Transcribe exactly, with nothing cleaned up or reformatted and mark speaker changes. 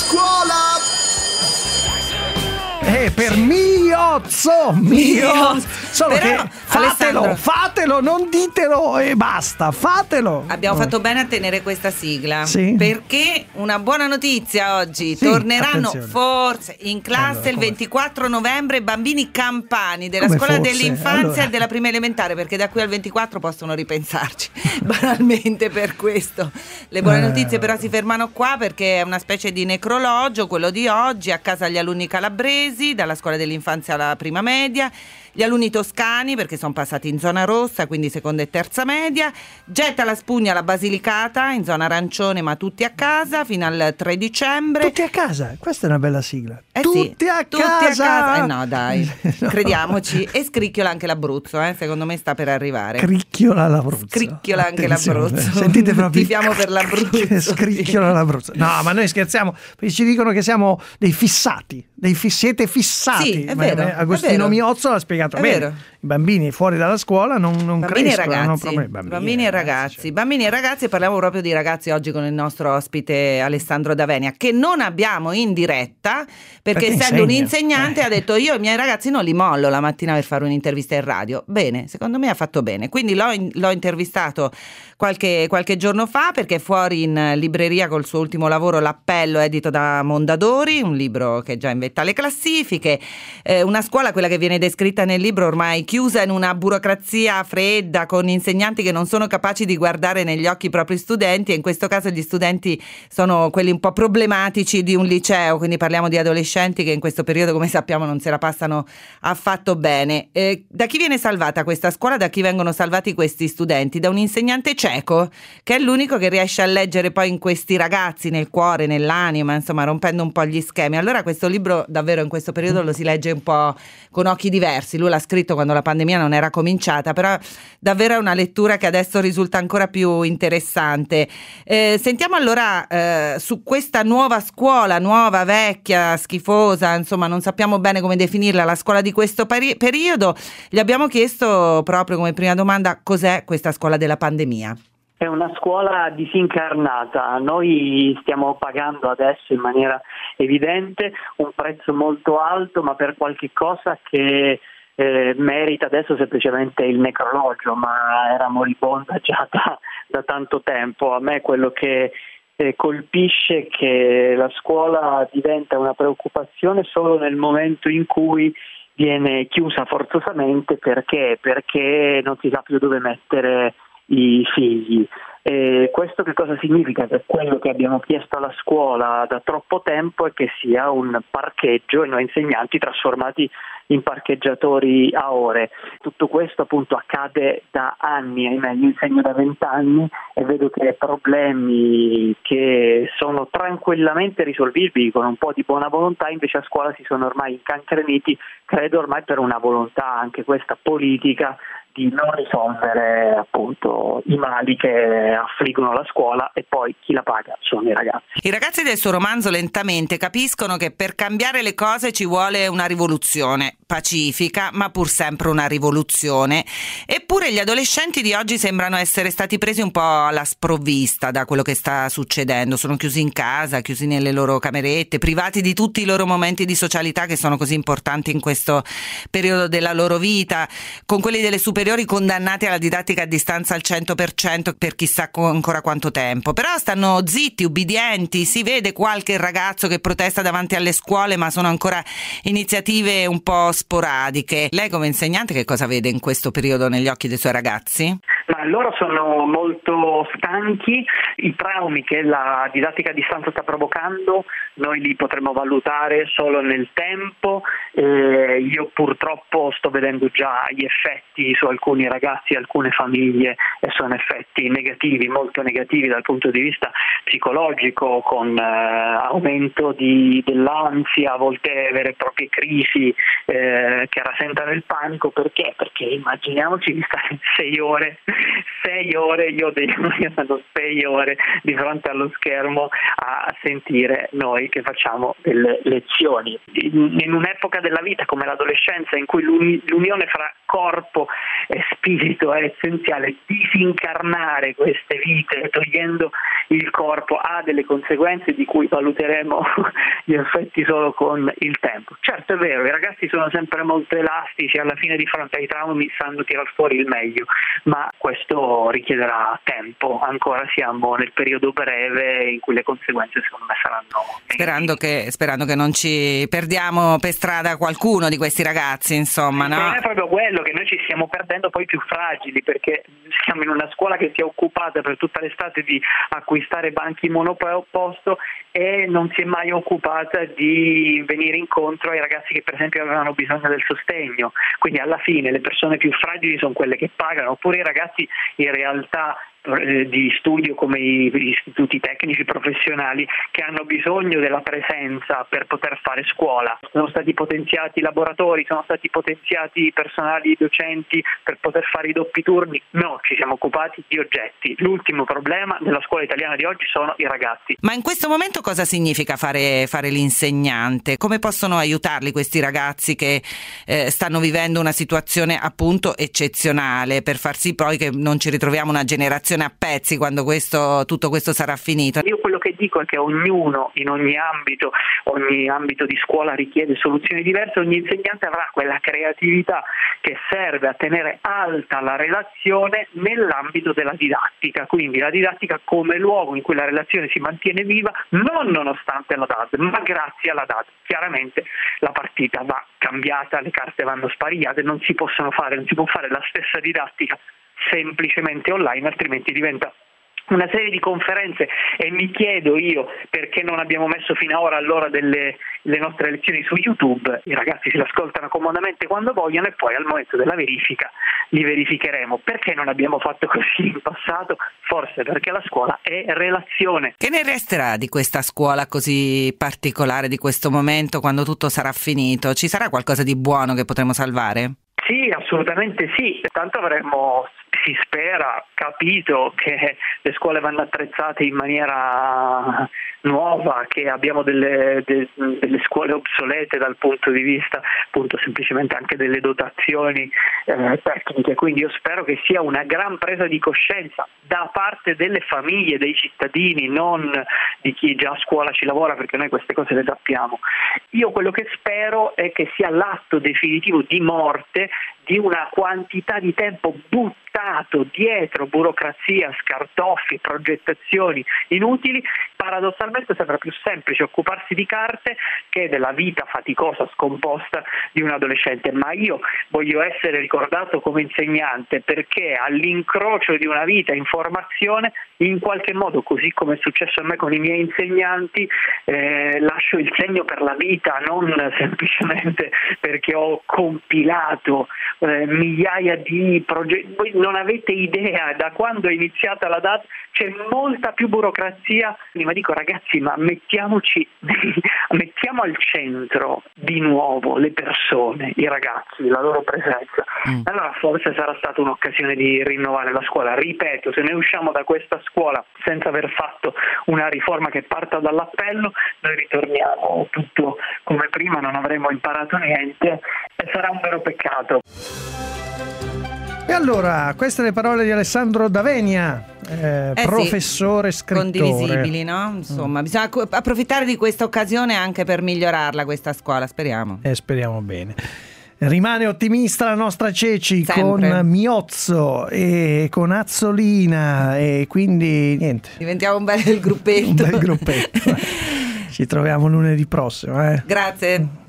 Speaker 1: scuola!
Speaker 2: Eh, per Miozzo, Miozzo. Solo
Speaker 3: Però,
Speaker 2: che fatelo,
Speaker 3: Alessandro,
Speaker 2: fatelo, non ditelo e basta, fatelo.
Speaker 3: abbiamo fatto bene a tenere questa sigla,
Speaker 2: Sì.
Speaker 3: perché una buona notizia oggi:
Speaker 2: Sì,
Speaker 3: torneranno
Speaker 2: attenzione.
Speaker 3: forse in classe
Speaker 2: Allora,
Speaker 3: il
Speaker 2: come-
Speaker 3: ventiquattro novembre i bambini campani della
Speaker 2: Come
Speaker 3: scuola
Speaker 2: fosse,
Speaker 3: dell'infanzia
Speaker 2: allora.
Speaker 3: e della prima elementare, perché da qui al ventiquattro possono ripensarci banalmente per questo. Le buone
Speaker 2: Eh.
Speaker 3: notizie però si fermano qua, perché è una specie di necrologio quello di oggi. A casa gli alunni calabresi dalla scuola dell'infanzia alla prima media, gli alunni toscani perché sono passati in zona rossa, quindi seconda e terza media. Getta la spugna alla Basilicata in zona arancione, ma tutti a casa fino al tre dicembre.
Speaker 2: Tutti a casa, questa è una bella sigla.
Speaker 3: Eh sì,
Speaker 2: tutti, a,
Speaker 3: tutti
Speaker 2: casa.
Speaker 3: a casa. Eh no, dai,
Speaker 2: No.
Speaker 3: crediamoci. E scricchiola anche l'Abruzzo, eh? Secondo me sta per arrivare.
Speaker 2: Cricchiola l'Abruzzo.
Speaker 3: Scricchiola anche
Speaker 2: Attenzione,
Speaker 3: l'Abruzzo.
Speaker 2: Sentite proprio.
Speaker 3: Tifiamo per l'Abruzzo.
Speaker 2: Scricchiola l'Abruzzo. No, ma noi scherziamo, perché ci dicono che siamo dei fissati, dei fi- siete fissati.
Speaker 3: Sì, è
Speaker 2: Ma-
Speaker 3: vero,
Speaker 2: ma
Speaker 3: è
Speaker 2: Agostino
Speaker 3: vero.
Speaker 2: Miozzo l'ha spiegato
Speaker 3: È
Speaker 2: bene.
Speaker 3: vero.
Speaker 2: I bambini fuori dalla scuola non, non
Speaker 3: Bambini e
Speaker 2: crescono, hanno
Speaker 3: ragazzi,
Speaker 2: problemi.
Speaker 3: bambini, e ragazzi,
Speaker 2: cioè.
Speaker 3: bambini e ragazzi, e parliamo proprio di ragazzi oggi con il nostro ospite Alessandro D'Avenia, che non abbiamo in diretta perché,
Speaker 2: Perché
Speaker 3: essendo un
Speaker 2: insegna.
Speaker 3: insegnante
Speaker 2: Eh.
Speaker 3: ha detto: io i miei ragazzi non li mollo la mattina per fare un'intervista in radio. Bene, secondo me ha fatto bene, quindi l'ho, in- l'ho intervistato qualche, qualche giorno fa, perché è fuori in libreria col suo ultimo lavoro, L'Appello, edito da Mondadori, un libro che già in vetta alle classifiche. Eh, una scuola, quella che viene descritta nel libro, ormai chiusa in una burocrazia fredda, con insegnanti che non sono capaci di guardare negli occhi i propri studenti, e in questo caso gli studenti sono quelli un po' problematici di un liceo, quindi parliamo di adolescenti che in questo periodo, come sappiamo, non se la passano affatto bene. Eh, da chi viene salvata questa scuola? Da chi vengono salvati questi studenti? Da un insegnante cieco, che è l'unico che riesce a leggere poi in questi ragazzi, nel cuore, nell'anima, insomma, rompendo un po' gli schemi. Allora questo libro davvero in questo periodo lo si legge un po' con occhi diversi. Lui l'ha scritto quando la pandemia non era cominciata, però davvero è una lettura che adesso risulta ancora più interessante. Eh, sentiamo allora eh, su questa nuova scuola, nuova, vecchia, schifosa, insomma non sappiamo bene come definirla, la scuola di questo peri- periodo. Gli abbiamo chiesto proprio come prima domanda: cos'è questa scuola della pandemia?
Speaker 4: È una scuola disincarnata. Noi stiamo pagando adesso in maniera evidente un prezzo molto alto, ma per qualche cosa che eh, merita adesso semplicemente il necrologio, ma era moribonda già da, da tanto tempo. A me quello che eh, colpisce è che la scuola diventa una preoccupazione solo nel momento in cui viene chiusa forzosamente. Perché? Perché non si sa più dove mettere i figli. E questo che cosa significa? Che quello che abbiamo chiesto alla scuola da troppo tempo è che sia un parcheggio e noi insegnanti trasformati in parcheggiatori a ore. Tutto questo appunto accade da anni, ahimè, io insegno da vent'anni e vedo che problemi che sono tranquillamente risolvibili con un po' di buona volontà invece a scuola si sono ormai incancreniti, credo ormai per una volontà anche questa politica di non risolvere appunto i mali che affliggono la scuola, e poi chi la paga sono i ragazzi.
Speaker 3: I ragazzi del suo romanzo lentamente capiscono che per cambiare le cose ci vuole una rivoluzione pacifica, ma pur sempre una rivoluzione. Eppure gli adolescenti di oggi sembrano essere stati presi un po' alla sprovvista da quello che sta succedendo. Sono chiusi in casa, chiusi nelle loro camerette, privati di tutti i loro momenti di socialità che sono così importanti in questo periodo della loro vita, con quelli delle superiori condannati alla didattica a distanza al cento per cento per chissà co- ancora quanto tempo. Però stanno zitti, ubbidienti, si vede qualche ragazzo che protesta davanti alle scuole, ma sono ancora iniziative un po' sporadiche. Lei come insegnante che cosa vede in questo periodo negli occhi dei suoi ragazzi?
Speaker 4: Ma loro sono molto stanchi, i traumi che la didattica a distanza sta provocando noi li potremo valutare solo nel tempo. Eh, io purtroppo sto vedendo già gli effetti su alcuni ragazzi e alcune famiglie, e sono effetti negativi, molto negativi dal punto di vista psicologico, con eh, aumento di, dell'ansia, a volte vere e proprie crisi eh, che rasentano il panico. Perché? Perché immaginiamoci di stare sei ore sei ore, io devo sei ore di fronte allo schermo a sentire noi che facciamo delle lezioni. in, in un'epoca della vita come l'adolescenza, in cui l'uni, l'unione fra corpo e spirito è essenziale, disincarnare queste vite togliendo il corpo ha delle conseguenze di cui valuteremo gli effetti solo con il tempo. Certo, è vero, i ragazzi sono sempre molto elastici, alla fine di fronte ai traumi sanno tirar fuori il meglio, ma questo richiederà tempo, ancora siamo nel periodo breve in cui le conseguenze secondo me saranno
Speaker 3: sperando che, sperando che non ci perdiamo per strada qualcuno di questi ragazzi, insomma, no?
Speaker 4: Non è proprio quello, che noi ci stiamo perdendo poi più fragili, perché siamo in una scuola che si è occupata per tutta l'estate di acquistare banchi monoposto e non si è mai occupata di venire incontro ai ragazzi che per esempio avevano bisogno del sostegno. Quindi alla fine le persone più fragili sono quelle che pagano, oppure i ragazzi in realtà di studio come gli istituti tecnici professionali che hanno bisogno della presenza per poter fare scuola. Sono stati potenziati i laboratori, sono stati potenziati i personali docenti per poter fare i doppi turni. No, ci siamo occupati di oggetti. L'ultimo problema della scuola italiana di oggi sono i ragazzi.
Speaker 3: Ma in questo momento cosa significa fare, fare l'insegnante? Come possono aiutarli questi ragazzi che eh, stanno vivendo una situazione appunto eccezionale, per far sì poi che non ci ritroviamo una generazione a pezzi quando questo, tutto questo sarà finito?
Speaker 4: Io quello che dico è che ognuno in ogni ambito, ogni ambito di scuola richiede soluzioni diverse, ogni insegnante avrà quella creatività che serve a tenere alta la relazione nell'ambito della didattica, quindi la didattica come luogo in cui la relazione si mantiene viva, non nonostante la D A D, ma grazie alla D A D. Chiaramente la partita va cambiata, le carte vanno sparigliate, non si possono fare, non si può fare la stessa didattica semplicemente online, altrimenti diventa una serie di conferenze e mi chiedo io perché non abbiamo messo fino ad ora all'ora delle le nostre lezioni su YouTube. I ragazzi si ascoltano comodamente quando vogliono e poi al momento della verifica li verificheremo. Perché non abbiamo fatto così in passato? Forse perché la scuola è relazione.
Speaker 3: Che ne resterà di questa scuola così particolare, di questo momento quando tutto sarà finito? Ci sarà qualcosa di buono che potremo salvare?
Speaker 4: Sì, assolutamente sì, tanto avremmo, si spera, capito che le scuole vanno attrezzate in maniera nuova, che abbiamo delle, de, delle scuole obsolete dal punto di vista appunto semplicemente anche delle dotazioni eh, tecniche, quindi io spero che sia una gran presa di coscienza da parte delle famiglie, dei cittadini, non di chi già a scuola ci lavora, perché noi queste cose le sappiamo. Io quello che spero è che sia l'atto definitivo di morte di una quantità di tempo buttato dietro burocrazia, scartoffi, progettazioni inutili. Paradossalmente sembra più semplice occuparsi di carte che della vita faticosa, scomposta di un adolescente, ma io voglio essere ricordato come insegnante perché all'incrocio di una vita in formazione, in qualche modo, così come è successo a me con i miei insegnanti, eh, lascio il segno per la vita, non semplicemente perché ho compilato eh, migliaia di progetti. Voi non avete idea, da quando è iniziata la D A D c'è molta più burocrazia. Ma dico ragazzi, ma mettiamoci, mettiamo al centro di nuovo le persone, i ragazzi, la loro presenza. Mm. Allora forse sarà stata un'occasione di rinnovare la scuola. Ripeto, se noi usciamo da questa scuola senza aver fatto una riforma che parta dall'appello, noi ritorniamo tutto come prima, non avremo imparato niente e sarà un vero peccato.
Speaker 2: E allora, queste le parole di Alessandro D'Avenia, eh,
Speaker 3: eh
Speaker 2: professore,
Speaker 3: sì,
Speaker 2: scrittore.
Speaker 3: Condivisibili, no? Insomma, mm. bisogna approfittare di questa occasione anche per migliorarla questa scuola, speriamo.
Speaker 2: E eh, speriamo bene. Rimane ottimista la nostra Ceci,
Speaker 3: sempre,
Speaker 2: con Miozzo e con Azzolina, e quindi niente.
Speaker 3: Diventiamo un bel gruppetto.
Speaker 2: Un bel gruppetto. Ci troviamo lunedì prossimo. Eh.
Speaker 3: Grazie.